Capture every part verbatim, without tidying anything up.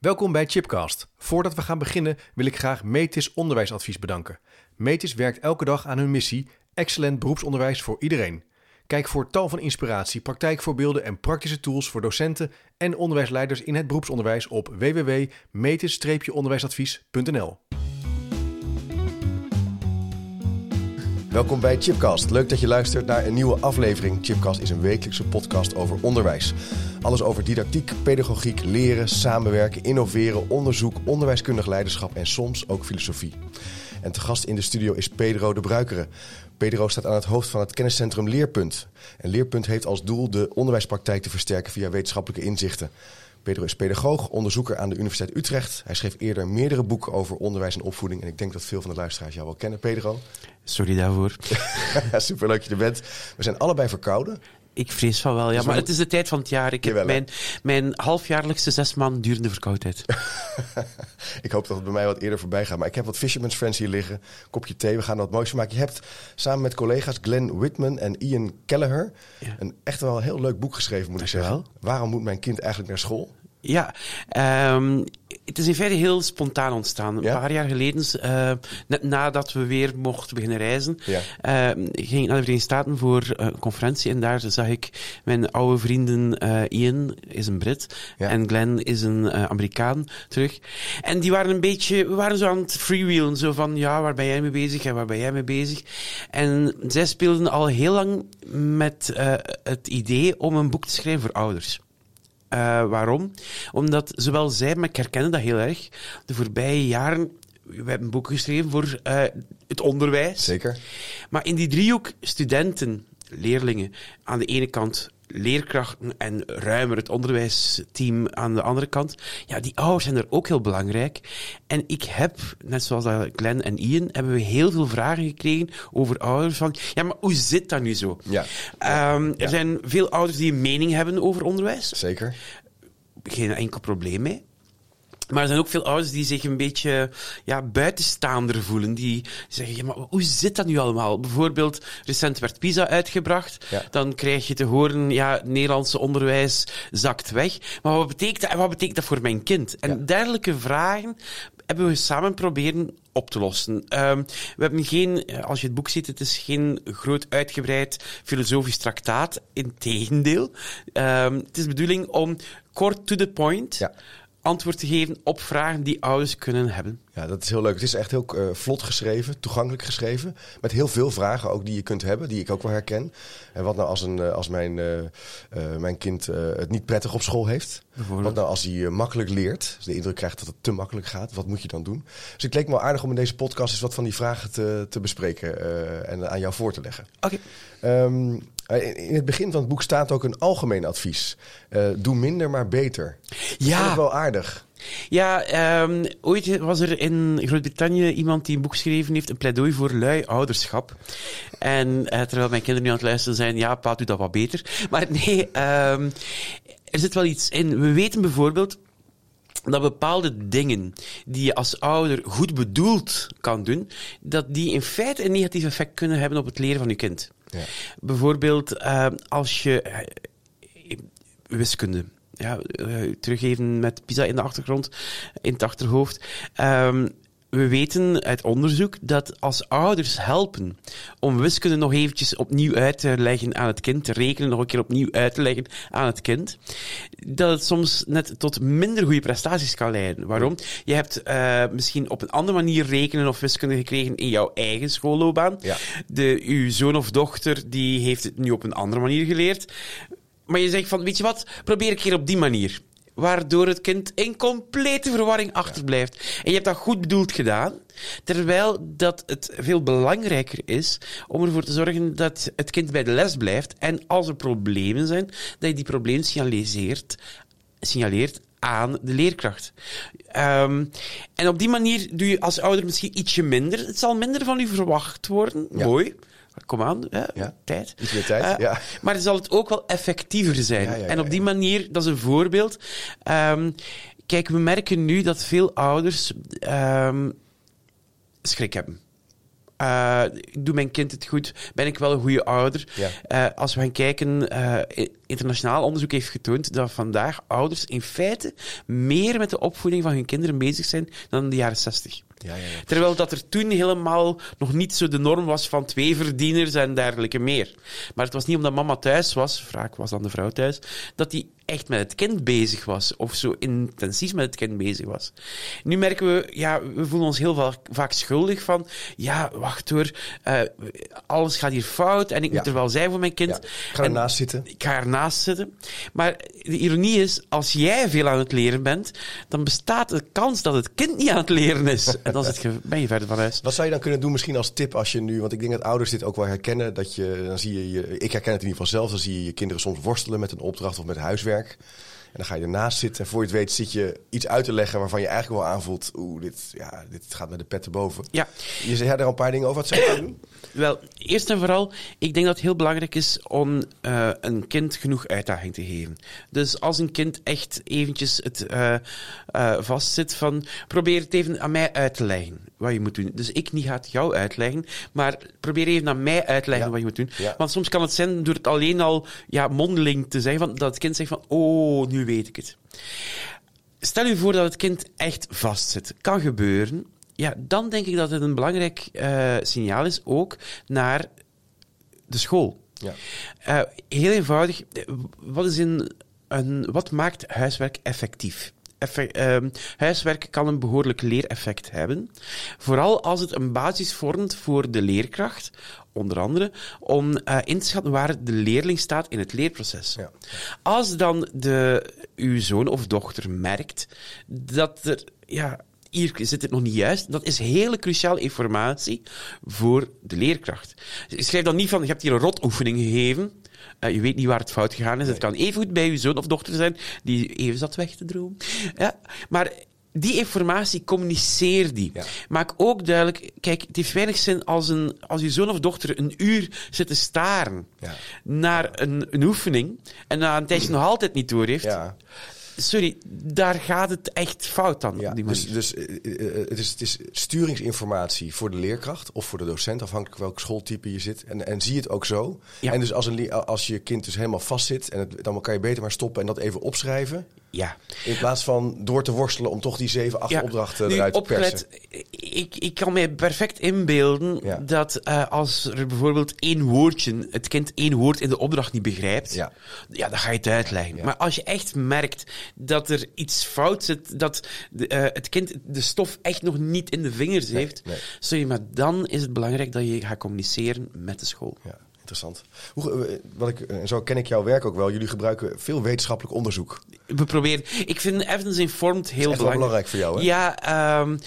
Welkom bij Chipcast. Voordat we gaan beginnen wil ik graag Metis Onderwijsadvies bedanken. Metis werkt elke dag aan hun missie, excellent beroepsonderwijs voor iedereen. Kijk voor tal van inspiratie, praktijkvoorbeelden en praktische tools voor docenten en onderwijsleiders in het beroepsonderwijs op w w w punt metis onderwijsadvies punt n l. Welkom bij Chipcast. Leuk dat je luistert naar een nieuwe aflevering. Chipcast is een wekelijkse podcast over onderwijs. Alles over didactiek, pedagogiek, leren, samenwerken, innoveren, onderzoek, onderwijskundig leiderschap en soms ook filosofie. En te gast in de studio is Pedro de Bruikere. Pedro staat aan het hoofd van het kenniscentrum Leerpunt. En Leerpunt heeft als doel de onderwijspraktijk te versterken via wetenschappelijke inzichten. Pedro is pedagoog, onderzoeker aan de Universiteit Utrecht. Hij schreef eerder meerdere boeken over onderwijs en opvoeding. En ik denk dat veel van de luisteraars jou wel kennen, Pedro. Sorry daarvoor. Superleuk dat je er bent. We zijn allebei verkouden. Ik vrees van wel, ja. Maar het is de tijd van het jaar. Ik heb Jawel, mijn, mijn halfjaarlijkse zes maanden durende verkoudheid. Ik hoop dat het bij mij wat eerder voorbij gaat. Maar ik heb wat Fisherman's Friends hier liggen. Kopje thee, we gaan er wat moois van maken. Je hebt samen met collega's Glenn Whitman en Ian Kelleher ja. een echt wel heel leuk boek geschreven, moet Dank ik zeggen. Wel. Waarom moet mijn kind eigenlijk naar school? Ja, um, het is in feite heel spontaan ontstaan. Een ja? paar jaar geleden, uh, net nadat we weer mochten beginnen reizen, ja. uh, ging ik naar de Verenigde Staten voor uh, een conferentie. En daar zag ik mijn oude vrienden, uh, Ian is een Brit ja. en Glenn is een uh, Amerikaan terug. En die waren een beetje, we waren zo aan het freewheelen, zo van, ja, waar ben jij mee bezig en waar ben jij mee bezig? En zij speelden al heel lang met uh, het idee om een boek te schrijven voor ouders. Uh, waarom? Omdat zowel zij, maar ik herkende dat heel erg, de voorbije jaren, we hebben een boek geschreven voor uh, het onderwijs. Zeker. Maar in die driehoek studenten, leerlingen, aan de ene kant leerkrachten en ruimer het onderwijsteam aan de andere kant. Ja, die ouders zijn er ook heel belangrijk. En ik heb, net zoals Glenn en Ian, hebben we heel veel vragen gekregen over ouders van, ja, maar hoe zit dat nu zo? Ja. Um, er ja. zijn veel ouders die een mening hebben over onderwijs. Zeker. Geen enkel probleem mee. Maar er zijn ook veel ouders die zich een beetje ja, buitenstaander voelen. Die zeggen, ja, maar hoe zit dat nu allemaal? Bijvoorbeeld, recent werd PISA uitgebracht. Ja. Dan krijg je te horen, ja, het Nederlandse onderwijs zakt weg. Maar wat betekent dat, wat betekent dat voor mijn kind? En ja. dergelijke vragen hebben we samen proberen op te lossen. Um, we hebben geen, als je het boek ziet, het is geen groot uitgebreid filosofisch traktaat. Integendeel. Um, het is de bedoeling om kort to the point ja. antwoord te geven op vragen die ouders kunnen hebben. Ja, dat is heel leuk. Het is echt heel uh, vlot geschreven, toegankelijk geschreven. Met heel veel vragen ook die je kunt hebben, die ik ook wel herken. En wat nou als, een, uh, als mijn, uh, uh, mijn kind uh, het niet prettig op school heeft? Wat nou als hij uh, makkelijk leert, dus de indruk krijgt dat het te makkelijk gaat? Wat moet je dan doen? Dus het leek me wel aardig om in deze podcast eens wat van die vragen te, te bespreken uh, en aan jou voor te leggen. Oké. Okay. Um, In het begin van het boek staat ook een algemeen advies. Uh, doe minder, maar beter. Dat ja. vind ik wel aardig. Ja, um, ooit was er in Groot-Brittannië iemand die een boek geschreven heeft, een pleidooi voor lui ouderschap. En uh, terwijl mijn kinderen nu aan het luisteren zijn, ja, pa, doe dat wat beter. Maar nee, um, er zit wel iets in. We weten bijvoorbeeld dat bepaalde dingen die je als ouder goed bedoeld kan doen, dat die in feite een negatief effect kunnen hebben op het leren van je kind. Ja. Bijvoorbeeld, uh, als je uh, wiskunde, ja, uh, teruggeven met PISA in de achtergrond, in het achterhoofd. Um, We weten uit onderzoek dat als ouders helpen om wiskunde nog eventjes opnieuw uit te leggen aan het kind, te rekenen nog een keer opnieuw uit te leggen aan het kind, dat het soms net tot minder goede prestaties kan leiden. Waarom? Je hebt uh, misschien op een andere manier rekenen of wiskunde gekregen in jouw eigen schoolloopbaan. Ja. De, uw zoon of dochter die heeft het nu op een andere manier geleerd. Maar je zegt van, weet je wat, probeer een keer op die manier. Waardoor het kind in complete verwarring achterblijft. En je hebt dat goed bedoeld gedaan, terwijl dat het veel belangrijker is om ervoor te zorgen dat het kind bij de les blijft. En als er problemen zijn, dat je die problemen signaleert, signaleert aan de leerkracht. Um, en op die manier doe je als ouder misschien ietsje minder. Het zal minder van u verwacht worden. Ja. Mooi. Kom aan, hè? Ja. Tijd. Iets meer tijd, uh, ja. Maar dan zal het ook wel effectiever zijn. Ja, ja, ja, en op die manier, dat is een voorbeeld. Um, kijk, we merken nu dat veel ouders um, schrik hebben. Uh, doet mijn kind het goed? Ben ik wel een goede ouder? Ja. Uh, als we gaan kijken, uh, internationaal onderzoek heeft getoond dat vandaag ouders in feite meer met de opvoeding van hun kinderen bezig zijn dan in de jaren zestig. Ja, ja, ja. Terwijl dat er toen helemaal nog niet zo de norm was van twee verdieners en dergelijke meer. Maar het was niet omdat mama thuis was, vaak was dan de vrouw thuis, dat die echt met het kind bezig was, of zo intensief met het kind bezig was. Nu merken we, ja, we voelen ons heel vaak, vaak schuldig van, ja, wacht hoor, uh, alles gaat hier fout en ik ja. moet er wel zijn voor mijn kind. Ja. Ik ga ernaast zitten. Ik ga ernaast zitten. Maar de ironie is, als jij veel aan het leren bent, dan bestaat de kans dat het kind niet aan het leren is. En dan zit je, ben je verder van huis. Wat zou je dan kunnen doen misschien als tip als je nu... Want ik denk dat ouders dit ook wel herkennen. Dat je, dan zie je, je, ik herken het in ieder geval zelf. Dan zie je je kinderen soms worstelen met een opdracht of met huiswerk. En dan ga je ernaast zitten. En voor je het weet zit je iets uit te leggen waarvan je eigenlijk wel aanvoelt... Oeh, dit, ja, dit gaat met de pet erboven. Ja. Je zei er al een paar dingen over. Wat zou je doen? Wel, eerst en vooral, ik denk dat het heel belangrijk is om uh, een kind genoeg uitdaging te geven. Dus als een kind echt eventjes het uh, uh, vastzit van... Probeer het even aan mij uit te leggen wat je moet doen. Dus ik niet ga het jou uitleggen, maar probeer even aan mij uit te leggen ja. wat je moet doen. Ja. Want soms kan het zijn door het alleen al ja, mondeling te zeggen, van, dat het kind zegt van... Oh, nu weet ik het. Stel je voor dat het kind echt vastzit. Kan gebeuren. Ja, dan denk ik dat het een belangrijk uh, signaal is, ook naar de school. Ja. Uh, heel eenvoudig, wat, is in een, wat maakt huiswerk effectief? Effe, uh, huiswerk kan een behoorlijk leereffect hebben. Vooral als het een basis vormt voor de leerkracht, onder andere, om uh, in te schatten waar de leerling staat in het leerproces. Ja. Als dan de, uw zoon of dochter merkt dat er... Ja, hier zit het nog niet juist. Dat is hele cruciale informatie voor de leerkracht. Schrijf dan niet van, je hebt hier een rotoefening gegeven. Uh, je weet niet waar het fout gegaan is. Nee. Het kan evengoed bij je zoon of dochter zijn die even zat weg te dromen. Ja, maar die informatie, communiceer die. Ja. Maak ook duidelijk, kijk, het heeft weinig zin als, een, als je zoon of dochter een uur zit te staren ja. naar een, een oefening en na een tijdje nog altijd niet door heeft. Ja. Sorry, daar gaat het echt fout dan. Ja, op die dus dus uh, uh, het, is, het is sturingsinformatie voor de leerkracht of voor de docent, afhankelijk welk schooltype je zit. En, en zie het ook zo. Ja. En dus als, een, als je kind dus helemaal vast zit, en het, dan kan je beter maar stoppen en dat even opschrijven. Ja. In plaats van door te worstelen om toch die zeven, acht ja. opdrachten nu, eruit te opgelet, persen. Ik, ik kan mij perfect inbeelden ja. dat uh, als er bijvoorbeeld één woordje, het kind één woord in de opdracht niet begrijpt, ja, ja dan ga je het uitleggen. Ja. Maar als je echt merkt dat er iets fout zit, dat de, uh, het kind de stof echt nog niet in de vingers nee, heeft, nee. sorry, maar dan is het belangrijk dat je gaat communiceren met de school. Ja. Interessant. Hoe, wat ik, zo ken ik jouw werk ook wel. Jullie gebruiken veel wetenschappelijk onderzoek. We proberen. Ik vind evidence-informed heel dat is echt belangrijk. wel belangrijk voor jou, hè? Ja, um,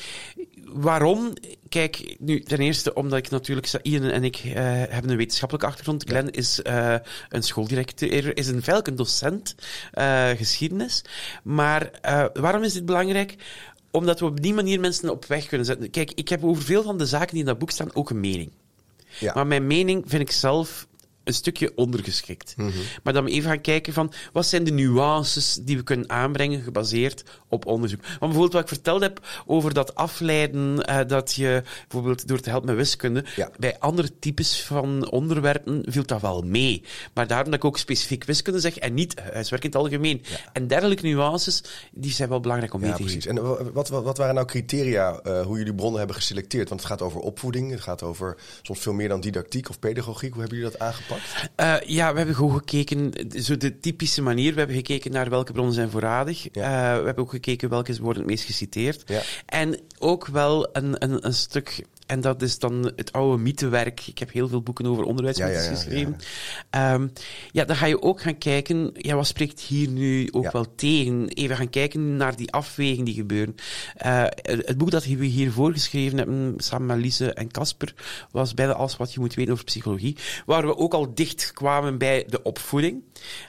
waarom? Kijk, nu ten eerste omdat ik natuurlijk... Ian en ik uh, hebben een wetenschappelijke achtergrond. Glenn ja. is uh, een schooldirecteur, is in feite een docent uh, geschiedenis. Maar uh, waarom is dit belangrijk? Omdat we op die manier mensen op weg kunnen zetten. Kijk, ik heb over veel van de zaken die in dat boek staan ook een mening. Ja. Maar mijn mening vind ik zelf een stukje ondergeschikt. Mm-hmm. Maar dan even gaan kijken van, wat zijn de nuances die we kunnen aanbrengen gebaseerd op onderzoek. Want bijvoorbeeld wat ik verteld heb over dat afleiden, uh, dat je bijvoorbeeld door te helpen met wiskunde, ja. bij andere types van onderwerpen viel dat wel mee. Maar daarom dat ik ook specifiek wiskunde zeg en niet huiswerk in het algemeen. Ja. En dergelijke nuances, die zijn wel belangrijk om mee ja, te precies. geven. En wat, wat, wat waren nou criteria uh, hoe jullie bronnen hebben geselecteerd? Want het gaat over opvoeding, het gaat over soms veel meer dan didactiek of pedagogiek. Hoe hebben jullie dat aangepakt? Uh, ja, we hebben gewoon gekeken, zo de typische manier, we hebben gekeken naar welke bronnen zijn voorradig. Ja. Uh, we hebben ook gekeken welke worden het meest geciteerd. Ja. En ook wel een, een, een stuk... En dat is dan het oude mythewerk. Ik heb heel veel boeken over onderwijsmythes ja, ja, ja, geschreven. Ja. Um, ja, dan ga je ook gaan kijken, ja, wat spreekt hier nu ook ja. wel tegen? Even gaan kijken naar die afwegingen die gebeuren. Uh, het boek dat we hiervoor geschreven hebben, samen met Lise en Casper, was bijna alles wat je moet weten over psychologie. Waar we ook al dicht kwamen bij de opvoeding.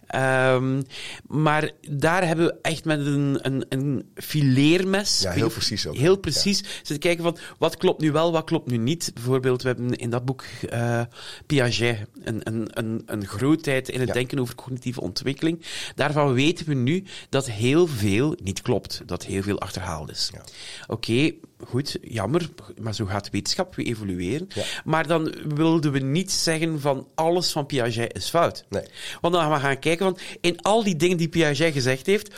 Um, maar daar hebben we echt met een, een, een fileermes... Ja, heel precies ook. Heel precies. Ja. Zitten kijken van, wat klopt nu wel, wat klopt nu niet. Bijvoorbeeld, we hebben in dat boek uh, Piaget, een, een, een, een grootheid in het ja. denken over cognitieve ontwikkeling. Daarvan weten we nu dat heel veel niet klopt. Dat heel veel achterhaald is. Ja. Oké, okay, goed, jammer, maar zo gaat wetenschap, we evolueren. Ja. Maar dan wilden we niet zeggen van alles van Piaget is fout. Nee. Want dan gaan we gaan kijken van, in al die dingen die Piaget gezegd heeft,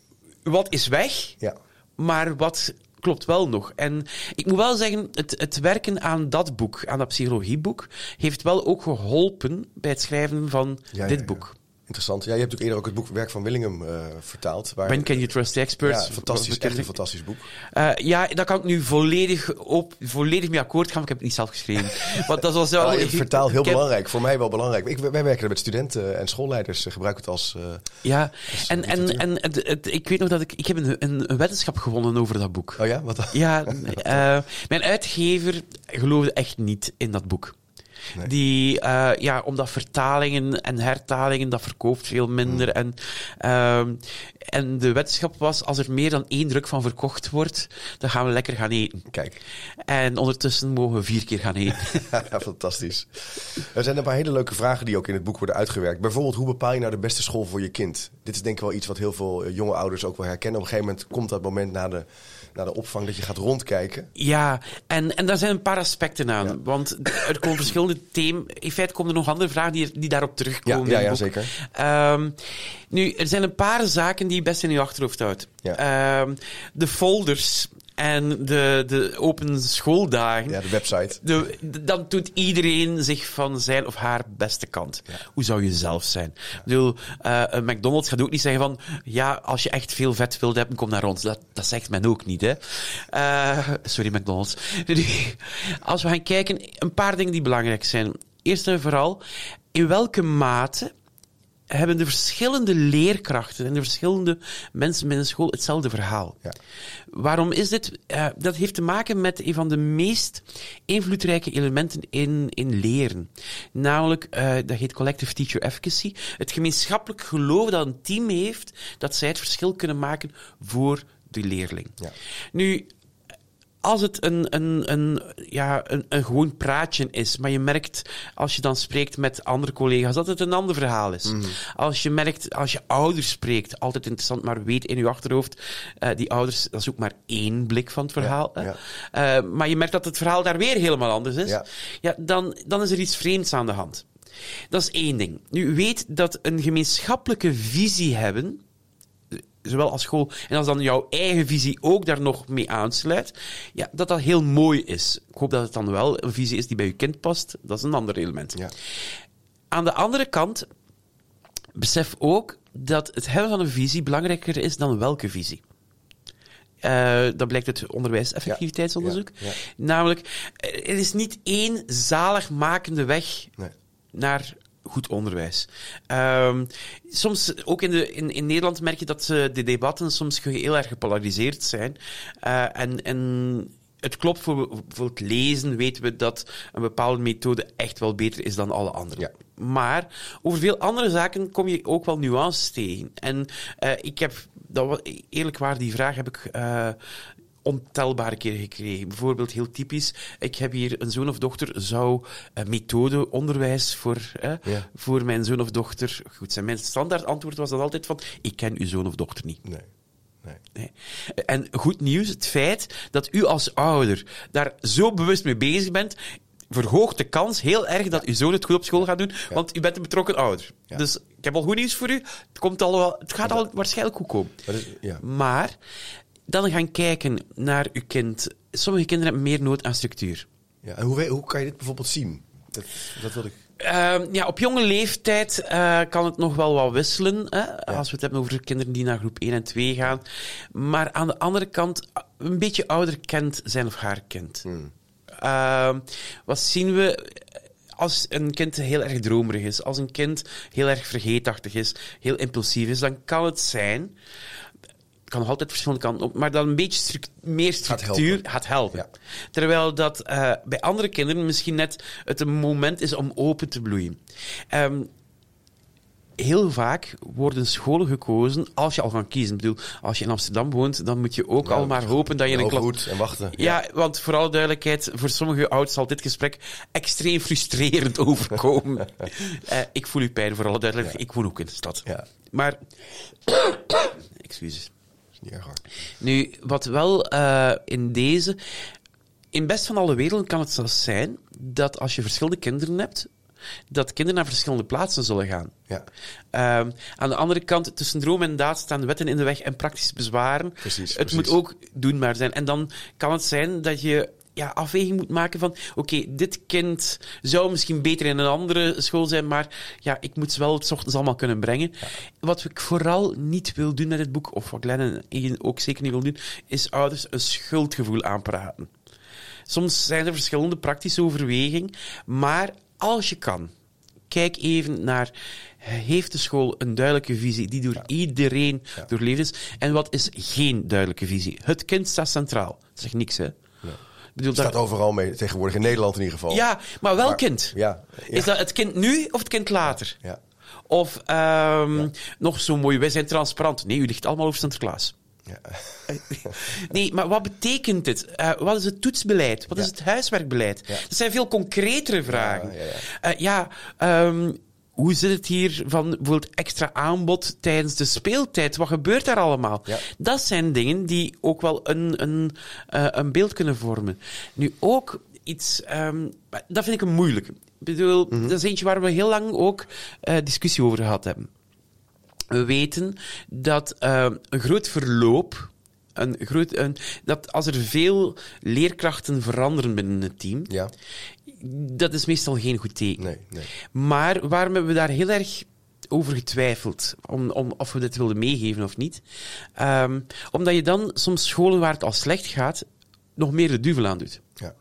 wat is weg, ja. maar wat klopt wel nog. En ik moet wel zeggen, het, het werken aan dat boek, aan dat psychologieboek, heeft wel ook geholpen bij het schrijven van ja, dit ja, boek. Ja. Interessant. Ja, je hebt ook eerder ook het boek Werk van Willingham uh, vertaald. Waar... When Can You Trust the Experts? Ja, fantastisch. Echt een fantastisch boek. Uh, ja, daar kan ik nu volledig, op, volledig mee akkoord gaan, maar ik heb het niet zelf geschreven. Want dat was wel... Nou, het vertaal heel heb... belangrijk. Voor mij wel belangrijk. Ik, wij werken er met studenten en schoolleiders. Uh, gebruiken het als... Uh, ja, als en, en, en het, het, ik weet nog dat ik... Ik heb een, een, een weddenschap gewonnen over dat boek. Oh ja? Wat dan? Ja, uh, mijn uitgever geloofde echt niet in dat boek. Nee. Die, uh, ja, omdat vertalingen en hertalingen, dat verkoopt veel minder. Mm. En, uh, en de wetenschap was, als er meer dan één druk van verkocht wordt, dan gaan we lekker gaan eten. Kijk. En ondertussen mogen we vier keer gaan eten. Ja, fantastisch. Er zijn een paar hele leuke vragen die ook in het boek worden uitgewerkt. Bijvoorbeeld, hoe bepaal je nou de beste school voor je kind? Dit is denk ik wel iets wat heel veel jonge ouders ook wel herkennen. Op een gegeven moment komt dat moment na de... naar de opvang, dat je gaat rondkijken. Ja, en, en daar zijn een paar aspecten aan. Ja. Want er komen verschillende thema's. In feite komen er nog andere vragen die, die daarop terugkomen. Ja, ja, ja zeker. Um, nu, er zijn een paar zaken die je best in je achterhoofd houdt. Ja. Um, de folders en de, de open schooldagen. Ja, de website. De, de, dan doet iedereen zich van zijn of haar beste kant. Ja. Hoe zou je zelf zijn? Ja. Ik bedoel, uh, een McDonald's gaat ook niet zeggen van, ja, als je echt veel vet wilt hebben, kom naar ons. Dat, dat zegt men ook niet, hè. Uh, sorry, McDonald's. Als we gaan kijken, een paar dingen die belangrijk zijn. Eerst en vooral, in welke mate hebben de verschillende leerkrachten en de verschillende mensen binnen school hetzelfde verhaal. Ja. Waarom is dit? Uh, dat heeft te maken met een van de meest invloedrijke elementen in, in leren. Namelijk, uh, dat heet collective teacher efficacy. Het gemeenschappelijk geloof dat een team heeft, dat zij het verschil kunnen maken voor de leerling. Ja. Nu, als het een, een, een, ja, een, een gewoon praatje is, maar je merkt, als je dan spreekt met andere collega's, dat het een ander verhaal is. Mm. Als je merkt, als je ouders spreekt, altijd interessant, maar weet in je achterhoofd, uh, die ouders, dat is ook maar één blik van het verhaal. Ja, ja. Uh, maar je merkt dat het verhaal daar weer helemaal anders is. Ja. Ja, dan, dan is er iets vreemds aan de hand. Dat is één ding. Nu, weet dat een gemeenschappelijke visie hebben, zowel als school, en als dan jouw eigen visie ook daar nog mee aansluit, ja, dat dat heel mooi is. Ik hoop dat het dan wel een visie is die bij je kind past. Dat is een ander element. Ja. Aan de andere kant, besef ook dat het hebben van een visie belangrijker is dan welke visie. Uh, dat blijkt uit onderwijseffectiviteitsonderzoek. Ja, ja, ja. Namelijk, er is niet één zaligmakende weg nee. naar goed onderwijs. Um, soms, ook in, de, in, in Nederland merk je dat uh, de debatten soms heel erg gepolariseerd zijn. Uh, en, en het klopt, voor, voor het lezen weten we dat een bepaalde methode echt wel beter is dan alle andere. Ja. Maar over veel andere zaken kom je ook wel nuances tegen. En uh, ik heb, dat was, eerlijk waar, die vraag heb ik Uh, ontelbare keren gekregen. Bijvoorbeeld, heel typisch, ik heb hier een zoon of dochter, zou uh, methode, onderwijs voor, uh, ja. voor mijn zoon of dochter goed zijn. Mijn standaard antwoord was dat altijd van, ik ken uw zoon of dochter niet. Nee. Nee. Nee. En goed nieuws, het feit dat u als ouder daar zo bewust mee bezig bent, verhoogt de kans heel erg dat uw zoon het goed op school gaat doen, ja. want u bent een betrokken ouder. Ja. Dus ik heb al goed nieuws voor u. Het, komt al wel, het gaat ja. al waarschijnlijk goed komen. Is, ja. Maar dan gaan kijken naar uw kind. Sommige kinderen hebben meer nood aan structuur. Ja, en hoe, hoe kan je dit bijvoorbeeld zien? Dat, dat wil ik... Uh, ja, op jonge leeftijd uh, kan het nog wel wat wisselen. Hè? Ja. Als we het hebben over kinderen die naar groep één en twee gaan. Maar aan de andere kant, een beetje ouder kent zijn of haar kind. Hmm. Uh, wat zien we? Als een kind heel erg dromerig is, als een kind heel erg vergeetachtig is, heel impulsief is, dan kan het zijn, kan nog altijd verschillende kanten op, maar dat een beetje stru- meer structuur gaat helpen. Gaat helpen. Ja. Terwijl dat uh, bij andere kinderen misschien net het een moment is om open te bloeien. Um, heel vaak worden scholen gekozen als je al gaat kiezen. Ik bedoel, als je in Amsterdam woont, dan moet je ook Ja, al maar hopen dat je een klas... goed en wachten. Ja, want voor alle duidelijkheid, voor sommige ouders zal dit gesprek extreem frustrerend overkomen. uh, ik voel uw pijn, voor alle duidelijkheid. Ja. Ik woon ook in de stad. Ja. Maar... Excuses. Niet erg hoor. Nu, wat wel uh, in deze... In best van alle werelden kan het zelfs zijn dat als je verschillende kinderen hebt, dat kinderen naar verschillende plaatsen zullen gaan. Ja. Um, aan de andere kant, tussen droom en daad staan wetten in de weg en praktische bezwaren. Precies, het precies. moet ook doenbaar zijn. En dan kan het zijn dat je ja, afweging moet maken van oké, okay, dit kind zou misschien beter in een andere school zijn, maar ja, ik moet ze wel 's ochtends allemaal kunnen brengen. Ja. Wat ik vooral niet wil doen met dit boek, of wat Glenn en Ian ook zeker niet wil doen, is ouders een schuldgevoel aanpraten. Soms zijn er verschillende praktische overwegingen, maar als je kan, kijk even naar, heeft de school een duidelijke visie die door ja. iedereen ja. doorleefd is? En wat is geen duidelijke visie? Het kind staat centraal. Dat zegt niks, hè? Nee. Ik bedoel, staat daar... overal mee, tegenwoordig in Nederland in ieder geval. Ja, maar welk maar, kind? Ja, ja. Is dat het kind nu of het kind later? Ja. Of um, ja. nog zo mooi, wij zijn transparant. Nee, u ligt allemaal over Sinterklaas. Ja. Nee, maar wat betekent dit? Uh, wat is het toetsbeleid? Wat ja. is het huiswerkbeleid? Ja. Dat zijn veel concretere vragen. Ja, ja, ja. Uh, ja um, hoe zit het hier van bijvoorbeeld extra aanbod tijdens de speeltijd? Wat gebeurt daar allemaal? Ja. Dat zijn dingen die ook wel een, een, uh, een beeld kunnen vormen. Nu ook iets... Um, dat vind ik een moeilijke. Ik bedoel, mm-hmm. dat is eentje waar we heel lang ook uh, discussie over gehad hebben. We weten dat uh, een groot verloop, een groot, een, dat als er veel leerkrachten veranderen binnen het team, ja. dat is meestal geen goed teken. Nee, nee. Maar waarom hebben we daar heel erg over getwijfeld, om, om, of we dit wilden meegeven of niet? Um, omdat je dan soms scholen waar het al slecht gaat, nog meer de duvel aan doet. Ja.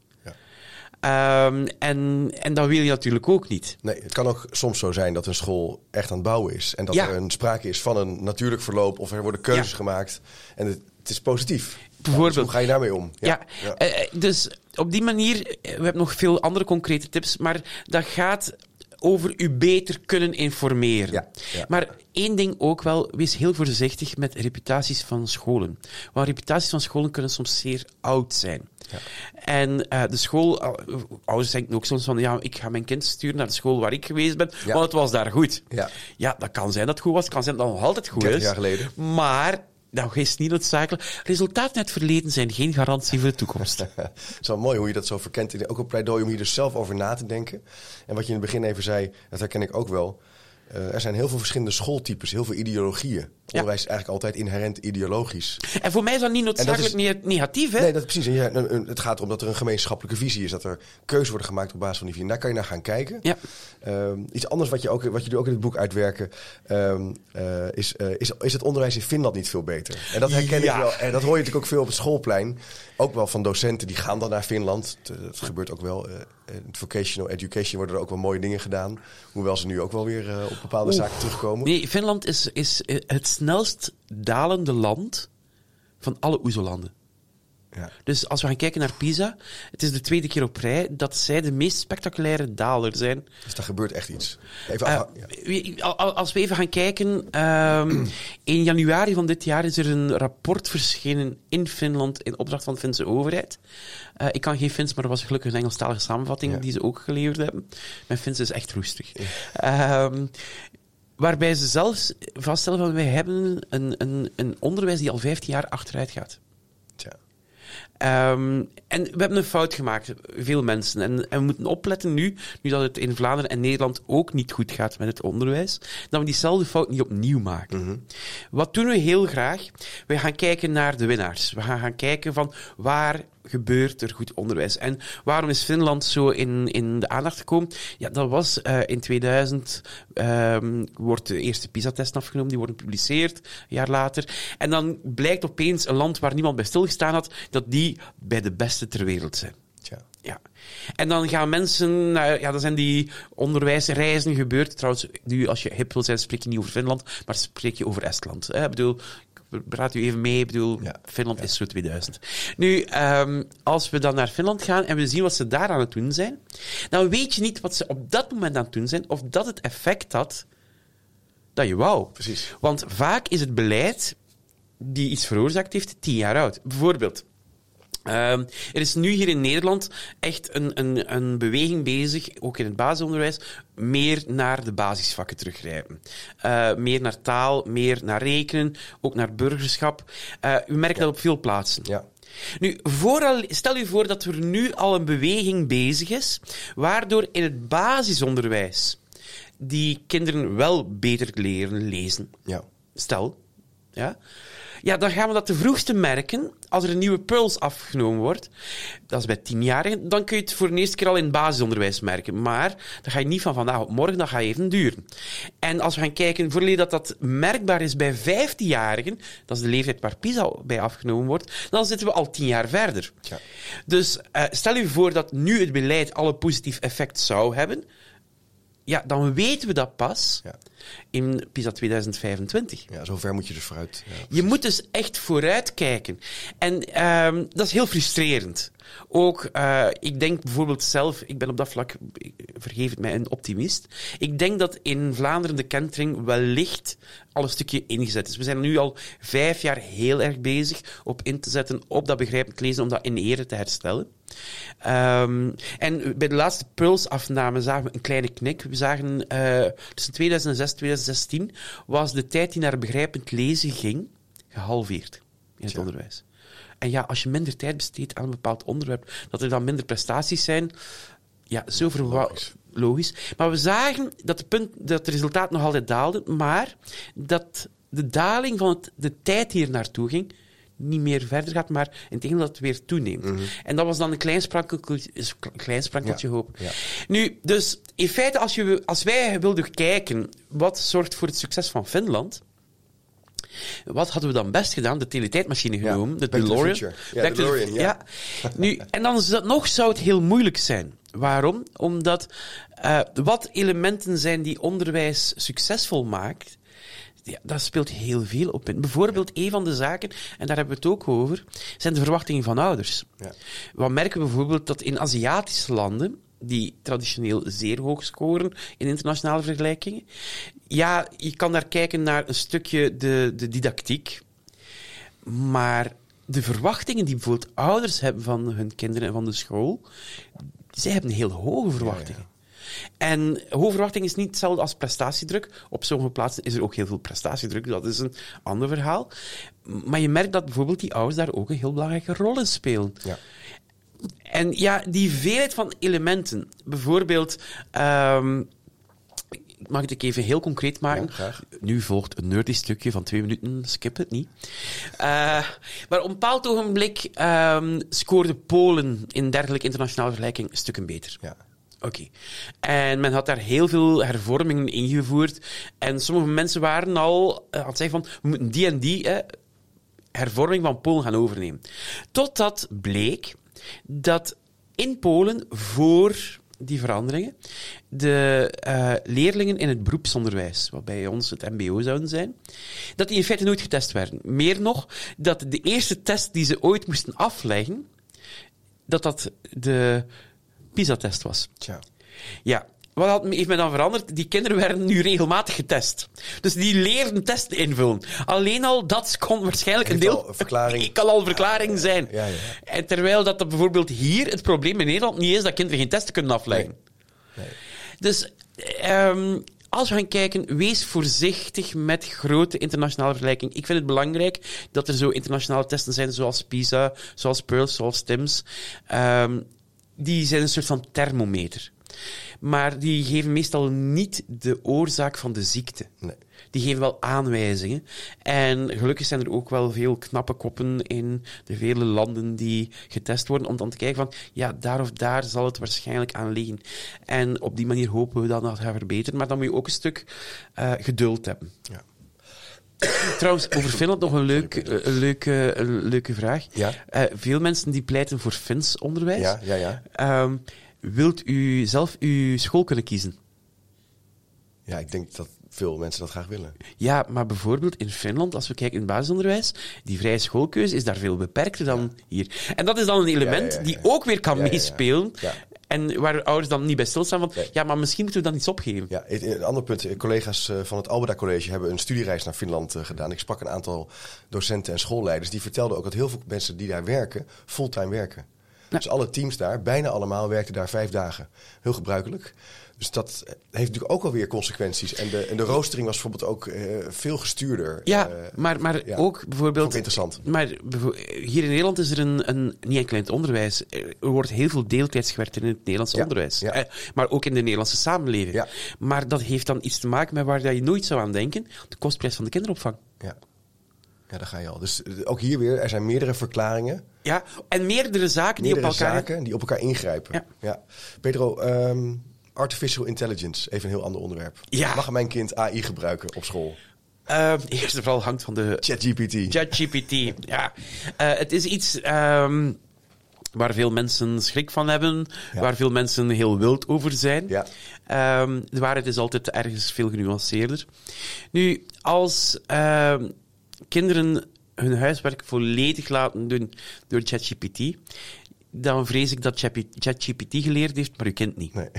Um, en, en dat wil je natuurlijk ook niet. Nee, het kan ook soms zo zijn dat een school echt aan het bouwen is. En dat ja. er een sprake is van een natuurlijk verloop. Of er worden keuzes ja. gemaakt. En het, het is positief. Bijvoorbeeld. Ja, dus hoe ga je daarmee om? Ja, ja. ja. Uh, dus op die manier, we hebben nog veel andere concrete tips. Maar dat gaat over u beter kunnen informeren. Ja, ja. Maar één ding ook wel, wees heel voorzichtig met reputaties van scholen. Want reputaties van scholen kunnen soms zeer oud zijn. Ja. En uh, de school, uh, ouders denken ook soms van, ja, ik ga mijn kind sturen naar de school waar ik geweest ben, ja. want het was daar goed. Ja. ja, dat kan zijn dat het goed was, het kan zijn dat het nog altijd goed dertig is. jaar geleden. Maar... dat is niet noodzakelijk. Resultaten uit het verleden zijn geen garantie voor de toekomst. Het is wel mooi hoe je dat zo verkent. Ook een pleidooi om hier dus zelf over na te denken. En wat je in het begin even zei, dat herken ik ook wel. Uh, er zijn heel veel verschillende schooltypes, heel veel ideologieën. Ja. Onderwijs is eigenlijk altijd inherent ideologisch. En voor mij is dat niet noodzakelijk dat is, negatief, hè? Nee, dat is precies. Ja, het gaat erom dat er een gemeenschappelijke visie is. Dat er keuzes worden gemaakt op basis van die visie. En daar kan je naar gaan kijken. Ja. Um, iets anders wat, je ook, wat jullie ook in het boek uitwerken... Um, uh, is, uh, is, is het onderwijs in Finland niet veel beter? En dat herken ja. ik wel. En dat hoor je natuurlijk ook veel op het schoolplein. Ook wel van docenten, die gaan dan naar Finland. Dat gebeurt ook wel. Uh, in het vocational education worden er ook wel mooie dingen gedaan. Hoewel ze nu ook wel weer uh, op bepaalde Oeh. zaken terugkomen. Nee, Finland is, is het snelst dalende land van alle O E S O-landen. Ja. Dus als we gaan kijken naar PISA, het is de tweede keer op rij dat zij de meest spectaculaire daler zijn. Dus daar gebeurt echt iets. Even uh, ja. Als we even gaan kijken, um, in januari van dit jaar is er een rapport verschenen in Finland in opdracht van de Finse overheid. Uh, ik kan geen Fins, maar er was gelukkig een Engelstalige samenvatting ja. die ze ook geleverd hebben. Mijn Fins is echt roestig. Ja. Um, waarbij ze zelfs vaststellen van wij hebben een, een, een onderwijs die al vijftien jaar achteruit gaat. Tja. Um, en we hebben een fout gemaakt, veel mensen. En, en we moeten opletten nu, nu dat het in Vlaanderen en Nederland ook niet goed gaat met het onderwijs, dat we diezelfde fout niet opnieuw maken. Mm-hmm. Wat doen we heel graag? We gaan kijken naar de winnaars. We gaan gaan kijken van waar gebeurt er goed onderwijs. En waarom is Finland zo in, in de aandacht gekomen? Ja, dat was uh, in tweeduizend, um, wordt de eerste PISA-test afgenomen, die worden gepubliceerd, een jaar later. En dan blijkt opeens een land waar niemand bij stilgestaan had, dat die bij de beste ter wereld zijn. Tja. Ja. En dan gaan mensen, naar, ja, dan zijn die onderwijsreizen gebeurd. Trouwens, nu als je hip wil zijn, spreek je niet over Finland, maar spreek je over Estland. Hè? Ik bedoel, ik praat u even mee. Ik bedoel, ja. Finland ja. is zo tweeduizend. Nu, um, als we dan naar Finland gaan en we zien wat ze daar aan het doen zijn, dan weet je niet wat ze op dat moment aan het doen zijn, of dat het effect had dat je wou. Precies. Want vaak is het beleid die iets veroorzaakt heeft, tien jaar oud. Bijvoorbeeld, uh, er is nu hier in Nederland echt een, een, een beweging bezig, ook in het basisonderwijs, meer naar de basisvakken teruggrijpen. Uh, meer naar taal, meer naar rekenen, ook naar burgerschap. Uh, u merkt ja. dat op veel plaatsen. Ja. Nu, vooral, stel u voor dat er nu al een beweging bezig is, waardoor in het basisonderwijs die kinderen wel beter leren lezen. Ja. Stel, ja. Ja, dan gaan we dat te vroegste merken als er een nieuwe puls afgenomen wordt. Dat is bij tienjarigen. Dan kun je het voor de eerste keer al in het basisonderwijs merken. Maar dan ga je niet van vandaag op morgen, dat gaat even duren. En als we gaan kijken, voordat dat dat merkbaar is bij vijftienjarigen, dat is de leeftijd waar PISA bij afgenomen wordt, dan zitten we al tien jaar verder. Ja. Dus uh, stel je voor dat nu het beleid al een positief effect zou hebben, ja, dan weten we dat pas ja. in PISA tweeduizend vijfentwintig. Ja, zover moet je dus vooruit. Ja, je moet dus echt vooruit kijken. En um, dat is heel frustrerend. Ook, uh, ik denk bijvoorbeeld zelf, ik ben op dat vlak, vergeef het mij, een optimist. Ik denk dat in Vlaanderen de kentering wellicht al een stukje ingezet is. We zijn nu al vijf jaar heel erg bezig op in te zetten op dat begrijpend lezen, om dat in ere te herstellen. Um, en bij de laatste pulsafname zagen we een kleine knik. We zagen uh, tussen tweeduizend zes en tweeduizend zestien was de tijd die naar begrijpend lezen ging gehalveerd in het ja. onderwijs. En ja, als je minder tijd besteedt aan een bepaald onderwerp, dat er dan minder prestaties zijn, ja, zo verwa- logisch. logisch. Maar we zagen dat, de punt, dat het resultaat nog altijd daalde, maar dat de daling van het, de tijd die er naartoe ging, niet meer verder gaat, maar in tegendeel dat het weer toeneemt. Mm-hmm. En dat was dan een klein sprankeltje, klein sprankeltje ja. hoop. Ja. Nu, dus in feite, als, je, als wij wilden kijken wat zorgt voor het succes van Finland, wat hadden we dan best gedaan? De teletijdmachine genomen, ja, de DeLorean. Ja, Back DeLorean, to the, ja. ja. Nu, en dan dat nog zou het heel moeilijk zijn. Waarom? Omdat uh, wat elementen zijn die onderwijs succesvol maakt, ja, daar speelt heel veel op in. Bijvoorbeeld, een van de zaken, en daar hebben we het ook over, zijn de verwachtingen van ouders. Ja. Wat merken we bijvoorbeeld dat in Aziatische landen, die traditioneel zeer hoog scoren in internationale vergelijkingen, ja, je kan daar kijken naar een stukje de, de didactiek, maar de verwachtingen die bijvoorbeeld ouders hebben van hun kinderen en van de school, zij hebben heel hoge verwachtingen. Ja, ja. En hoge verwachting is niet hetzelfde als prestatiedruk. Op sommige plaatsen is er ook heel veel prestatiedruk, dat is een ander verhaal. Maar je merkt dat bijvoorbeeld die ouders daar ook een heel belangrijke rol in spelen. Ja. En ja, die veelheid van elementen, bijvoorbeeld, um, ik mag het even heel concreet maken. Ja, graag. Nu volgt een nerdy stukje van twee minuten, skip het niet. Uh, maar op een bepaald ogenblik um, scoorde Polen in dergelijke internationale vergelijking stukken beter. Ja. Oké. Okay. En men had daar heel veel hervormingen ingevoerd. En sommige mensen waren al uh, aan het zeggen van, we moeten die en die eh, hervorming van Polen gaan overnemen. Totdat bleek dat in Polen voor die veranderingen de uh, leerlingen in het beroepsonderwijs, wat bij ons het mbo zouden zijn, dat die in feite nooit getest werden. Meer nog, dat de eerste test die ze ooit moesten afleggen, dat dat de PISA-test was. Tja. Ja. Wat had, heeft men dan veranderd? Die kinderen werden nu regelmatig getest. Dus die leerden testen invullen. Alleen al dat kon waarschijnlijk een deel... Al een verklaring. kan al een verklaring ja, zijn. Ja, ja. En terwijl dat, dat bijvoorbeeld hier het probleem in Nederland niet is dat kinderen geen testen kunnen afleggen. Nee. Nee. Dus um, als we gaan kijken, wees voorzichtig met grote internationale vergelijkingen. Ik vind het belangrijk dat er zo internationale testen zijn, zoals PISA, zoals PIRLS, zoals TIMSS. Um, die zijn een soort van thermometer. Maar die geven meestal niet de oorzaak van de ziekte. Nee. Die geven wel aanwijzingen. En gelukkig zijn er ook wel veel knappe koppen in de vele landen die getest worden, om dan te kijken van, ja, daar of daar zal het waarschijnlijk aan liggen. En op die manier hopen we dan dat het gaat verbeteren. Maar dan moet je ook een stuk uh, geduld hebben. Ja. Trouwens, over Finland nog een, leuk, een, leuke, een leuke vraag. Ja? Uh, veel mensen die pleiten voor Fins onderwijs. Ja, ja, ja. Um, wilt u zelf uw school kunnen kiezen? Ja, ik denk dat veel mensen dat graag willen. Ja, maar bijvoorbeeld in Finland, als we kijken in het basisonderwijs, die vrije schoolkeuze is daar veel beperkter dan ja. hier. En dat is dan een element ja, ja, ja, ja. die ook weer kan ja, ja, ja. meespelen. Ja. En waar ouders dan niet bij stilstaan van, Nee. ja, maar misschien moeten we dan iets opgeven. Ja, een ander punt. Collega's van het Alberda College hebben een studiereis naar Finland gedaan. Ik sprak een aantal docenten en schoolleiders. Die vertelden ook dat heel veel mensen die daar werken, fulltime werken. Ja. Dus alle teams daar, bijna allemaal, werkten daar vijf dagen. Heel gebruikelijk. Dus dat heeft natuurlijk ook alweer consequenties. En de, en de roostering was bijvoorbeeld ook uh, veel gestuurder. Ja, uh, maar, maar ja. ook bijvoorbeeld... Vond ik interessant. Maar bevo- hier in Nederland is er een, een... Niet enkel in het onderwijs. Er wordt heel veel deeltijds gewerkt in het Nederlands Ja, onderwijs. ja. Eh, maar ook in de Nederlandse samenleving. Ja. Maar dat heeft dan iets te maken met waar je nooit zou aan denken. De kostprijs van de kinderopvang. Ja. Ja, daar ga je al. Dus uh, ook hier weer, er zijn meerdere verklaringen. Ja, en meerdere zaken die Meerdere op elkaar... zaken die op elkaar ingrijpen. Ja. Ja. Pedro, um, artificial intelligence, even een heel ander onderwerp. Ja. Mag mijn kind A I gebruiken op school? Uh, eerst en vooral hangt van de... ChatGPT. ChatGPT, ja. Uh, het is iets um, waar veel mensen schrik van hebben, Ja. waar veel mensen heel wild over zijn. Ja. Um, de waarheid is altijd ergens veel genuanceerder. Nu, als uh, kinderen hun huiswerk volledig laten doen door ChatGPT, dan vrees ik dat ChatGPT geleerd heeft, maar uw kind niet. Nee.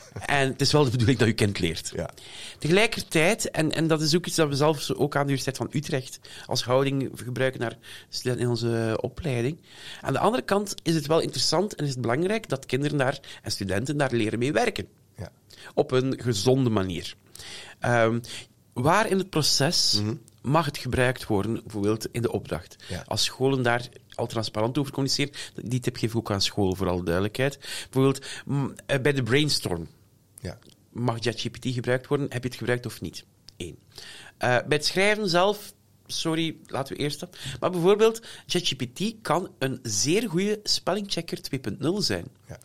En het is wel de bedoeling dat uw kind leert. Ja. Tegelijkertijd, en, en dat is ook iets dat we zelfs ook aan de Universiteit van Utrecht als houding gebruiken naar studenten in onze opleiding. Aan de andere kant is het wel interessant en is het belangrijk dat kinderen daar en studenten daar leren mee werken. Ja. Op een gezonde manier. Um, waar in het proces mm-hmm. mag het gebruikt worden, bijvoorbeeld in de opdracht. Ja. Als scholen daar al transparant over communiceren, die tip geef ik ook aan school, voor alle duidelijkheid. Bijvoorbeeld m, bij de brainstorm. Ja. Mag ChatGPT gebruikt worden? Heb je het gebruikt of niet? Eén. Uh, bij het schrijven zelf, sorry, laten we eerst dat. Maar bijvoorbeeld, ChatGPT kan een zeer goede spellingchecker twee punt nul zijn. Ja.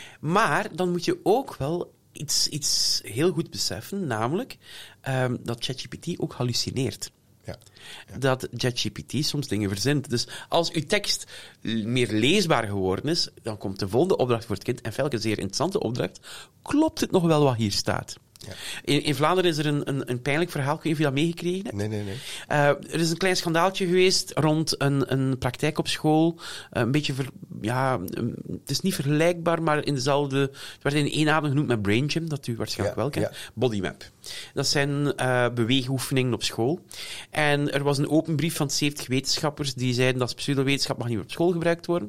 Maar dan moet je ook wel iets, iets heel goed beseffen, namelijk um, dat ChatGPT ook hallucineert. Ja. Ja. Dat ChatGPT soms dingen verzint. Dus als uw tekst meer leesbaar geworden is, dan komt de volgende opdracht voor het kind, en welke zeer interessante opdracht, klopt het nog wel wat hier staat? Ja. In, in Vlaanderen is er een, een, een pijnlijk verhaal, ik weet niet of je dat meegekregen hebt. Nee, nee, nee. Uh, er is een klein schandaaltje geweest rond een, een praktijk op school. Uh, een beetje, ver, ja, um, het is niet vergelijkbaar, maar in dezelfde, het werd in één adem genoemd met Brain Gym, dat u waarschijnlijk ja, wel kent. Ja. Bodymap. Dat zijn uh, beweegoefeningen op school. En er was een open brief van zeventig wetenschappers die zeiden dat pseudowetenschap mag niet meer op school gebruikt worden.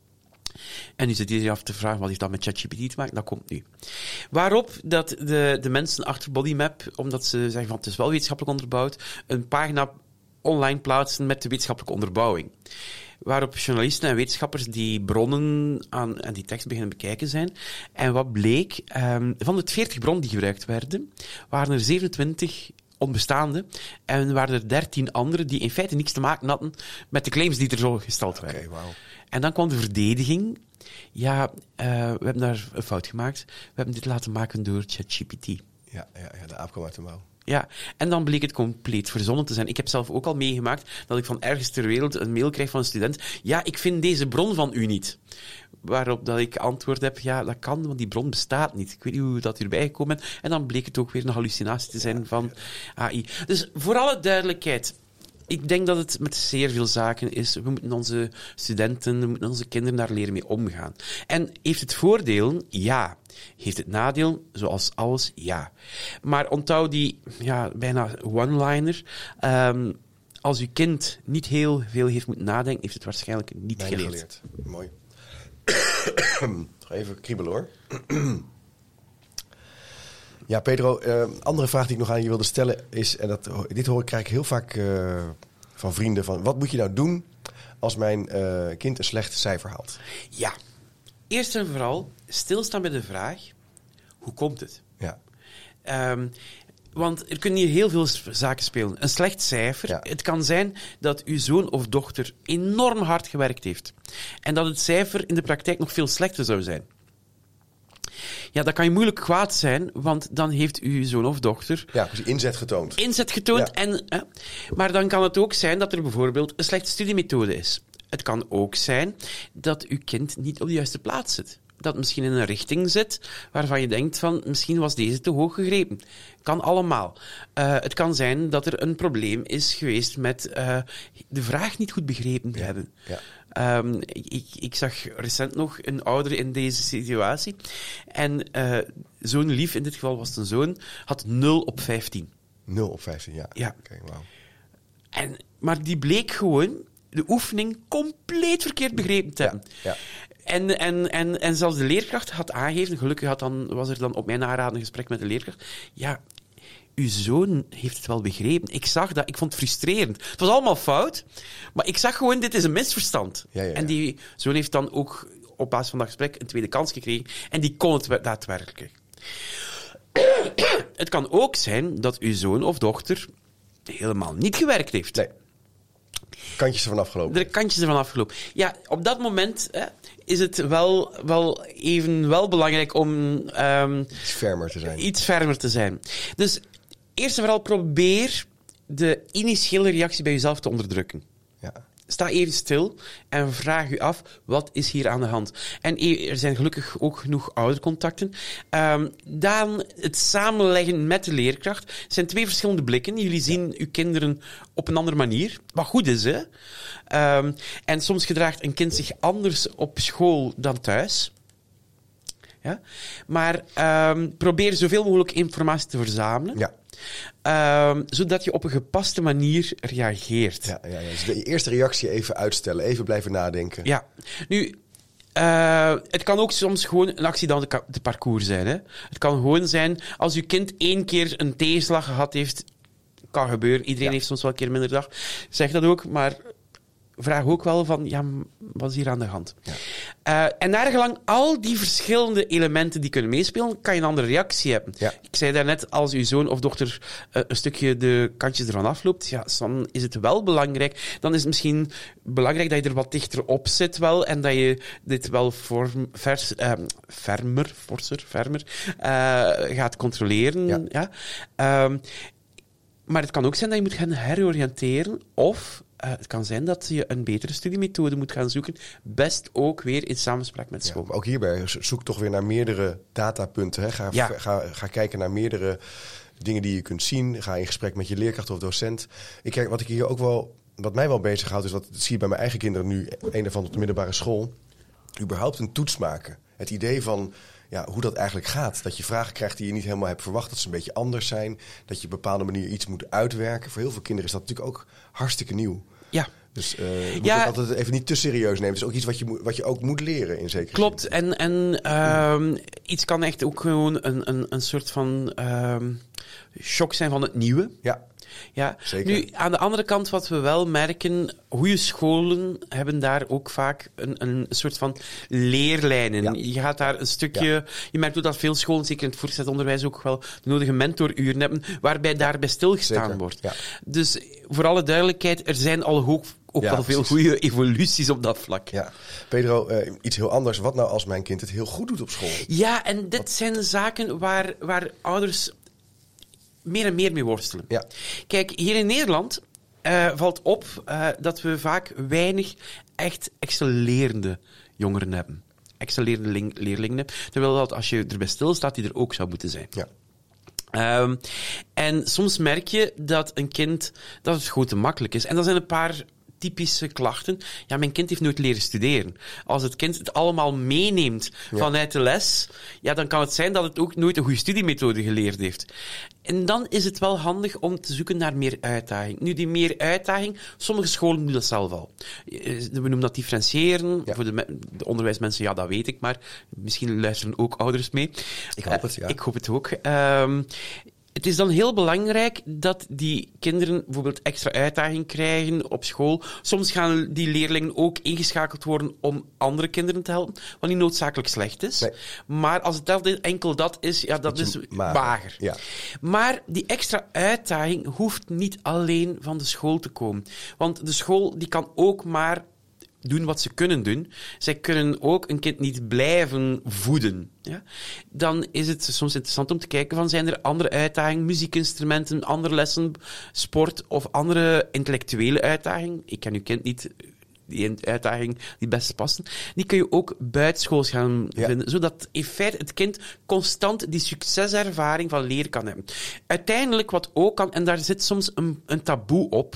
En nu zit iedereen af te vragen, wat heeft dat met ChatGPT te maken? Dat komt nu. Waarop dat de, de mensen achter Bodymap, omdat ze zeggen van het is wel wetenschappelijk onderbouwd, een pagina online plaatsen met de wetenschappelijke onderbouwing. Waarop journalisten en wetenschappers die bronnen aan, aan die tekst beginnen bekijken zijn. En wat bleek, um, van de veertig bronnen die gebruikt werden, waren er zevenentwintig onbestaande en waren er dertien andere die in feite niks te maken hadden met de claims die er zo gesteld werden. Okay, wow. En dan kwam de verdediging. Ja, uh, we hebben daar een fout gemaakt. We hebben dit laten maken door ChatGPT. Ja, ja, ja, de aap kwam uit de mouw. Ja, en dan bleek het compleet verzonnen te zijn. Ik heb zelf ook al meegemaakt dat ik van ergens ter wereld een mail krijg van een student. Ja, ik vind deze bron van u niet. Waarop dat ik antwoord heb, ja, dat kan, want die bron bestaat niet. Ik weet niet hoe dat hierbij gekomen is. En dan bleek het ook weer een hallucinatie te zijn ja, van ja. A I. Dus voor alle duidelijkheid, ik denk dat het met zeer veel zaken is. We moeten onze studenten, we moeten onze kinderen daar leren mee omgaan. En heeft het voordelen? Ja. Heeft het nadeel? Zoals alles? Ja. Maar onthoud die ja, bijna one-liner. Um, als uw kind niet heel veel heeft moeten nadenken, heeft het waarschijnlijk niet nee, geleerd. geleerd. Mooi. Ga even kriebelen hoor. Ja, Pedro, uh, andere vraag die ik nog aan je wilde stellen is, en dat, dit hoor ik krijg ik heel vaak uh, van vrienden, van wat moet je nou doen als mijn uh, kind een slecht cijfer haalt? Ja, eerst en vooral stilstaan bij de vraag, hoe komt het? Ja. Um, want er kunnen hier heel veel zaken spelen. Een slecht cijfer, ja. Het kan zijn dat uw zoon of dochter enorm hard gewerkt heeft. En dat het cijfer in de praktijk nog veel slechter zou zijn. Ja, dat kan je moeilijk kwaad zijn, want dan heeft uw zoon of dochter... Ja, dus inzet getoond. Inzet getoond. Ja. En, eh, maar dan kan het ook zijn dat er bijvoorbeeld een slechte studiemethode is. Het kan ook zijn dat uw kind niet op de juiste plaats zit. dat het misschien in een richting zit waarvan je denkt van, misschien was deze te hoog gegrepen. Kan allemaal. Uh, het kan zijn dat er een probleem is geweest met uh, de vraag niet goed begrepen te Ja. hebben. Ja. Um, ik, ik zag recent nog een ouder in deze situatie. En uh, zo'n lief, in dit geval was het een zoon, had nul op vijftien. nul op vijftien, ja. Ja. Oké, wauw. En, maar die bleek gewoon de oefening compleet verkeerd begrepen te hebben. Ja. En, en, en, en zelfs de leerkracht had aangegeven, gelukkig had dan, was er dan op mijn naraden een gesprek met de leerkracht. Ja, uw zoon heeft het wel begrepen. Ik zag dat, ik vond het frustrerend. Het was allemaal fout, maar ik zag gewoon, dit is een misverstand. Ja, ja, ja. En die zoon heeft dan ook op basis van dat gesprek een tweede kans gekregen. En die kon het daadwerkelijk. Het kan ook zijn dat uw zoon of dochter helemaal niet gewerkt heeft. Nee. Kantjes ervan afgelopen. De kantjes ervan afgelopen. Ja, op dat moment hè, is het wel, wel even wel belangrijk om um, Iets fermer te zijn. iets fermer te zijn. Dus eerst en vooral probeer de initiële reactie bij jezelf te onderdrukken. Ja. Sta even stil en vraag u af, wat is hier aan de hand? En er zijn gelukkig ook genoeg oudercontacten. Um, dan het samenleggen met de leerkracht. Het zijn twee verschillende blikken. Jullie zien uw kinderen op een andere manier. Wat goed is, hè? Um, en soms gedraagt een kind zich anders op school dan thuis. Ja? Maar um, probeer zoveel mogelijk informatie te verzamelen. Ja. Um, zodat je op een gepaste manier reageert. Ja, ja, ja. Dus de eerste reactie even uitstellen, even blijven nadenken. Ja. Nu, uh, het kan ook soms gewoon een accident de parcours zijn. Hè? Het kan gewoon zijn, als uw kind één keer een tegenslag gehad heeft, kan gebeuren. Iedereen Ja. heeft soms wel een keer een minder dag. Zeg dat ook, maar vraag ook wel van, ja, wat is hier aan de hand? Ja. Uh, en naargelang al die verschillende elementen die kunnen meespelen, kan je een andere reactie hebben. Ja. Ik zei daarnet, als uw zoon of dochter uh, een stukje de kantjes ervan afloopt, ja, dan is het wel belangrijk. Dan is het misschien belangrijk dat je er wat dichter op zit wel, en dat je dit wel vorm, vers, uh, fermer, forser, fermer, uh, gaat controleren. Ja. Ja. Um, maar het kan ook zijn dat je moet gaan heroriënteren, of Uh, het kan zijn dat je een betere studiemethode moet gaan zoeken. Best ook weer in samenspraak met school. Ja, maar ook hierbij, zoek toch weer naar meerdere datapunten. Hè. Ga, Ja. ga, ga kijken naar meerdere dingen die je kunt zien. Ga in gesprek met je leerkracht of docent. Ik kijk, wat ik hier ook wel, wat mij wel bezighoudt, is wat dat zie je bij mijn eigen kinderen nu, een daarvan op de middelbare school. Überhaupt een toets maken. Het idee van ja, hoe dat eigenlijk gaat. Dat je vragen krijgt die je niet helemaal hebt verwacht. Dat ze een beetje anders zijn. Dat je op een bepaalde manier iets moet uitwerken. Voor heel veel kinderen is dat natuurlijk ook hartstikke nieuw. Ja. Dus uh, je moet Ja. het altijd even niet te serieus nemen. Het is ook iets wat je, moet, wat je ook moet leren in zekere Klopt. zin. En, en uh, iets kan echt ook gewoon een, een, een soort van uh, shock zijn van het nieuwe. Ja. Ja. Zeker. Nu, aan de andere kant, wat we wel merken, goede scholen hebben daar ook vaak een, een soort van leerlijnen. Ja. Je gaat daar een stukje... Ja. Je merkt ook dat veel scholen, zeker in het voortgezet onderwijs, ook wel de nodige mentoruren hebben, waarbij daarbij stilgestaan Zeker. wordt. Ja. Dus voor alle duidelijkheid, er zijn al ook, ook Ja, wel veel precies. goede evoluties op dat vlak. Ja. Pedro, uh, iets heel anders. Wat nou als mijn kind het heel goed doet op school? Ja, en dit zijn zaken waar, waar ouders meer en meer mee worstelen. Ja. Kijk, hier in Nederland uh, valt op uh, dat we vaak weinig echt excellerende jongeren hebben. Excellerende ling- leerlingen hebben. Terwijl dat, als je erbij stilstaat, die er ook zou moeten zijn. Ja. Um, en soms merk je dat een kind, dat het gewoon te makkelijk is. En dat zijn een paar typische klachten. Ja, mijn kind heeft nooit leren studeren. Als het kind het allemaal meeneemt Ja. vanuit de les, ja, dan kan het zijn dat het ook nooit een goede studiemethode geleerd heeft. En dan is het wel handig om te zoeken naar meer uitdaging. Nu, die meer uitdaging, sommige scholen doen dat zelf al. We noemen dat differentiëren. Ja. Voor de, me- de onderwijsmensen, ja, dat weet ik, maar misschien luisteren ook ouders mee. Ik hoop het, ja. Uh, ik hoop het ook. Um, Het is dan heel belangrijk dat die kinderen bijvoorbeeld extra uitdaging krijgen op school. Soms gaan die leerlingen ook ingeschakeld worden om andere kinderen te helpen, wat niet noodzakelijk slecht is. Nee. Maar als het dat, enkel dat is, ja, dat is mager. mager. Ja. Maar die extra uitdaging hoeft niet alleen van de school te komen. Want de school die kan ook maar doen wat ze kunnen doen. Zij kunnen ook een kind niet blijven voeden. Ja? Dan is het soms interessant om te kijken van, zijn er andere uitdagingen, muziekinstrumenten, andere lessen, sport of andere intellectuele uitdagingen. Ik ken uw kind niet, die uitdaging die het beste passen, die kun je ook buitenschools gaan Ja. vinden, zodat in feite het kind constant die succeservaring van leren kan hebben. Uiteindelijk wat ook kan, en daar zit soms een, een taboe op,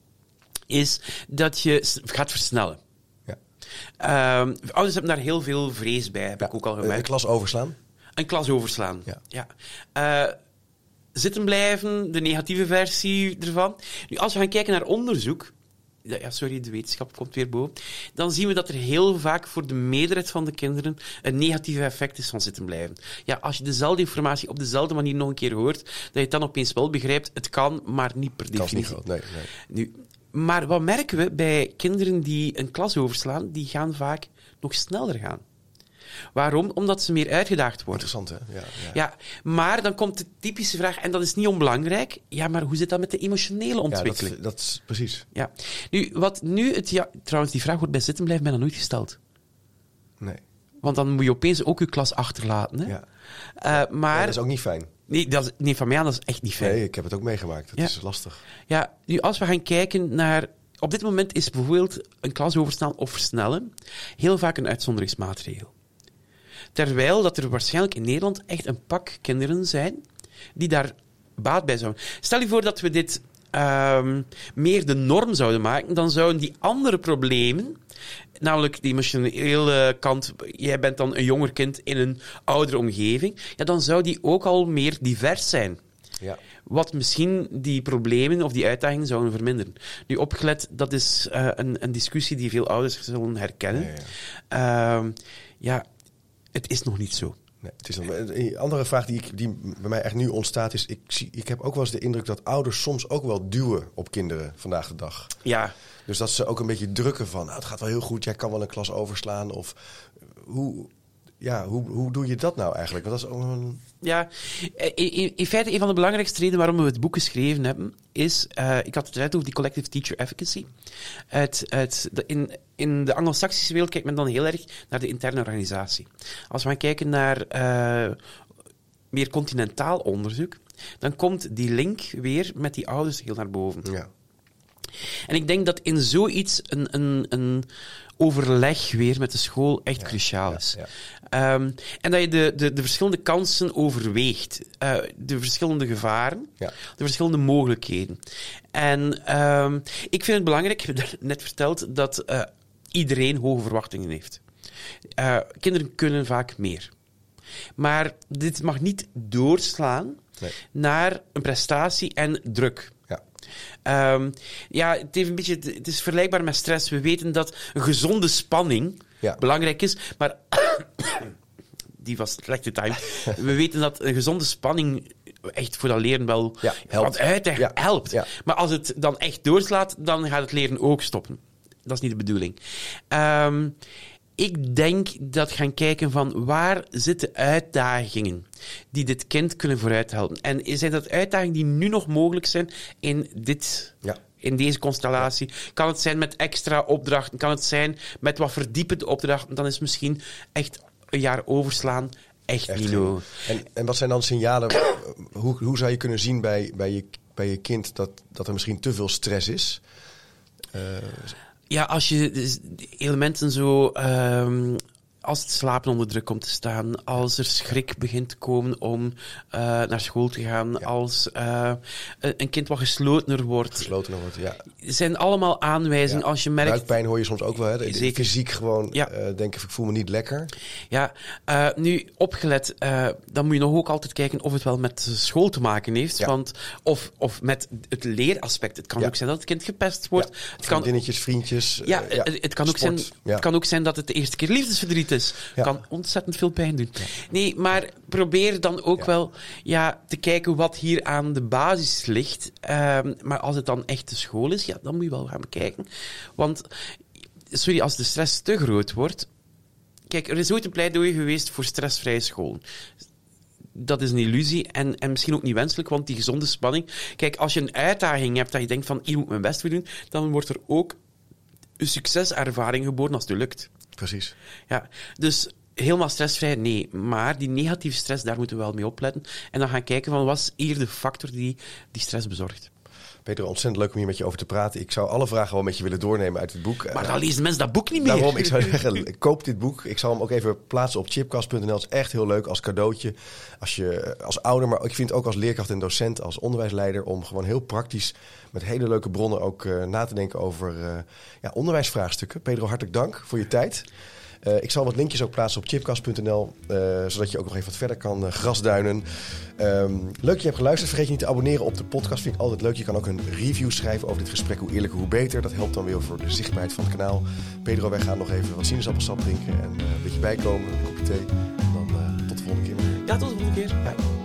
is dat je s- gaat versnellen. Ja. Ehm, ouders hebben daar heel veel vrees bij, heb ik ook al De gemerkt. klas overslaan. Een klas overslaan. Ja. Ja. Eh, zitten blijven, de negatieve versie ervan. Nu, als we gaan kijken naar onderzoek, ja, sorry, de wetenschap komt weer boven, dan zien we dat er heel vaak voor de meerderheid van de kinderen een negatief effect is van zitten blijven. Ja, als je dezelfde informatie op dezelfde manier nog een keer hoort, dat je het dan opeens wel begrijpt, het kan, maar niet per Kans niet definitie. groot. Nee, nee. Nu, maar wat merken we bij kinderen die een klas overslaan? Die gaan vaak nog sneller gaan. Waarom? Omdat ze meer uitgedaagd worden. Interessant, hè? Ja, ja. Ja, maar dan komt de typische vraag, en dat is niet onbelangrijk, ja, maar hoe zit dat met de emotionele Ja, ontwikkeling? dat, dat is precies. Ja. Nu, wat nu het... Ja, trouwens, die vraag wordt bij zitten blijven bijna nooit gesteld. Nee. Want dan moet je opeens ook je klas achterlaten. Hè? Ja. Eh, maar... Ja, dat is ook niet fijn. nee, dat is, nee, van mij aan, dat is echt niet fijn. Nee, ik heb het ook meegemaakt. Het Ja. is lastig. Ja, nu als we gaan kijken naar... Op dit moment is bijvoorbeeld een klas oversnellen of versnellen heel vaak een uitzonderingsmaatregel. Terwijl dat er waarschijnlijk in Nederland echt een pak kinderen zijn die daar baat bij zouden. Stel je voor dat we dit ehm, meer de norm zouden maken, dan zouden die andere problemen, namelijk die emotionele kant, jij bent dan een jonger kind in een oudere omgeving, ja, dan zou die ook al meer divers zijn. Ja. Wat misschien die problemen of die uitdagingen zouden verminderen. Nu, opgelet, dat is uh, een, een discussie die veel ouders zullen herkennen. Ja, ja. Uh, ja, het is nog niet zo. Nee, het is een, een andere vraag die, ik, die bij mij echt nu ontstaat is... Ik, zie, ik heb ook wel eens de indruk dat ouders soms ook wel duwen op kinderen vandaag de dag. Ja. Dus dat ze ook een beetje drukken van... Nou, het gaat wel heel goed, jij kan wel een klas overslaan. Of hoe, ja, hoe, hoe doe je dat nou eigenlijk? Want dat is ook een... Ja, in, in feite een van de belangrijkste redenen waarom we het boek geschreven hebben, is, uh, ik had het net over die collective teacher efficacy. Het, het, de, in, in de Anglo-Saxische wereld kijkt men dan heel erg naar de interne organisatie. Als we gaan kijken naar uh, meer continentaal onderzoek, dan komt die link weer met die ouders heel naar boven. Ja. En ik denk dat in zoiets een, een, een overleg weer met de school echt Ja, cruciaal ja, is. ja. Um, en dat je de, de, de verschillende kansen overweegt. Uh, de verschillende gevaren, Ja. de verschillende mogelijkheden. En um, ik vind het belangrijk, ik heb net verteld, dat uh, iedereen hoge verwachtingen heeft. Uh, kinderen kunnen vaak meer. Maar dit mag niet doorslaan Nee. naar een prestatie en druk. Ja. Um, ja, het, heeft een beetje, het is vergelijkbaar met stress. We weten dat een gezonde spanning Ja. belangrijk is, maar die was slecht getimed. We weten dat een gezonde spanning echt voor dat leren wel Ja, helpt. wat uitdaging Ja. helpt. Ja. Maar als het dan echt doorslaat, dan gaat het leren ook stoppen. Dat is niet de bedoeling. Um, ik denk dat gaan kijken van waar zitten uitdagingen die dit kind kunnen vooruit helpen. En zijn dat uitdagingen die nu nog mogelijk zijn in dit... Ja. In deze constellatie. Kan het zijn met extra opdrachten? Kan het zijn met wat verdiepende opdrachten? Dan is misschien echt een jaar overslaan echt, Echt niet geen- nodig. En, en wat zijn dan signalen? uh, hoe, hoe zou je kunnen zien bij, bij, je, bij je kind dat, dat er misschien te veel stress is? Uh, Ja, als je dus elementen zo... Um, als het slapen onder druk komt te staan, als er schrik begint te komen om uh, naar school te gaan, Ja. als uh, een kind wat geslotener wordt. gesloten wordt, ja. Het zijn allemaal aanwijzingen Ja. als je merkt... Buikpijn hoor je soms ook wel, hè? De- de Zeker. Fysiek gewoon Ja. uh, denken, ik voel me niet lekker. Ja, uh, nu opgelet, uh, dan moet je nog ook altijd kijken of het wel met school te maken heeft. Ja. Want, of, of met het leeraspect. Het kan Ja. ook zijn dat het kind gepest wordt. Ja. Het kan, Vriendinnetjes, vriendjes. ja, uh, ja. Het, het, kan ook Sport. zijn, Ja. het kan ook zijn dat het de eerste keer liefdesverdriet is. Ja. Kan ontzettend veel pijn doen. Nee, maar probeer dan ook Ja. wel ja, te kijken wat hier aan de basis ligt. Um, maar als het dan echt de school is, ja, dan moet je wel gaan bekijken. Want, sorry, als de stress te groot wordt... Kijk, er is ooit een pleidooi geweest voor stressvrije school. Dat is een illusie en, en misschien ook niet wenselijk, want die gezonde spanning... Kijk, als je een uitdaging hebt dat je denkt van, hier moet ik mijn best voor doen, dan wordt er ook een succeservaring geboren als het lukt. Precies. Ja, dus helemaal stressvrij, nee. Maar die negatieve stress, daar moeten we wel mee opletten. En dan gaan kijken van, wat is hier de factor die die stress bezorgt. Pedro, ontzettend leuk om hier met je over te praten. Ik zou alle vragen wel met je willen doornemen uit het boek. Maar dan lezen mensen dat boek niet meer. Daarom, ik zou zeggen, koop dit boek. Ik zal hem ook even plaatsen op chipcast punt n l. Het is echt heel leuk als cadeautje. Als je als ouder, maar ik vind het ook als leerkracht en docent, als onderwijsleider, om gewoon heel praktisch met hele leuke bronnen ook uh, na te denken over uh, ja, onderwijsvraagstukken. Pedro, hartelijk dank voor je tijd. Uh, ik zal wat linkjes ook plaatsen op chipcast punt n l, uh, zodat je ook nog even wat verder kan uh, grasduinen. Um, leuk dat je hebt geluisterd. Vergeet je niet te abonneren op de podcast. Vind ik altijd leuk. Je kan ook een review schrijven over dit gesprek. Hoe eerlijker, hoe beter. Dat helpt dan weer voor de zichtbaarheid van het kanaal. Pedro, wij gaan nog even wat sinaasappelsap drinken en uh, een beetje bijkomen, een kopje thee. En dan uh, tot de volgende keer. Ja, tot de volgende keer. Ja.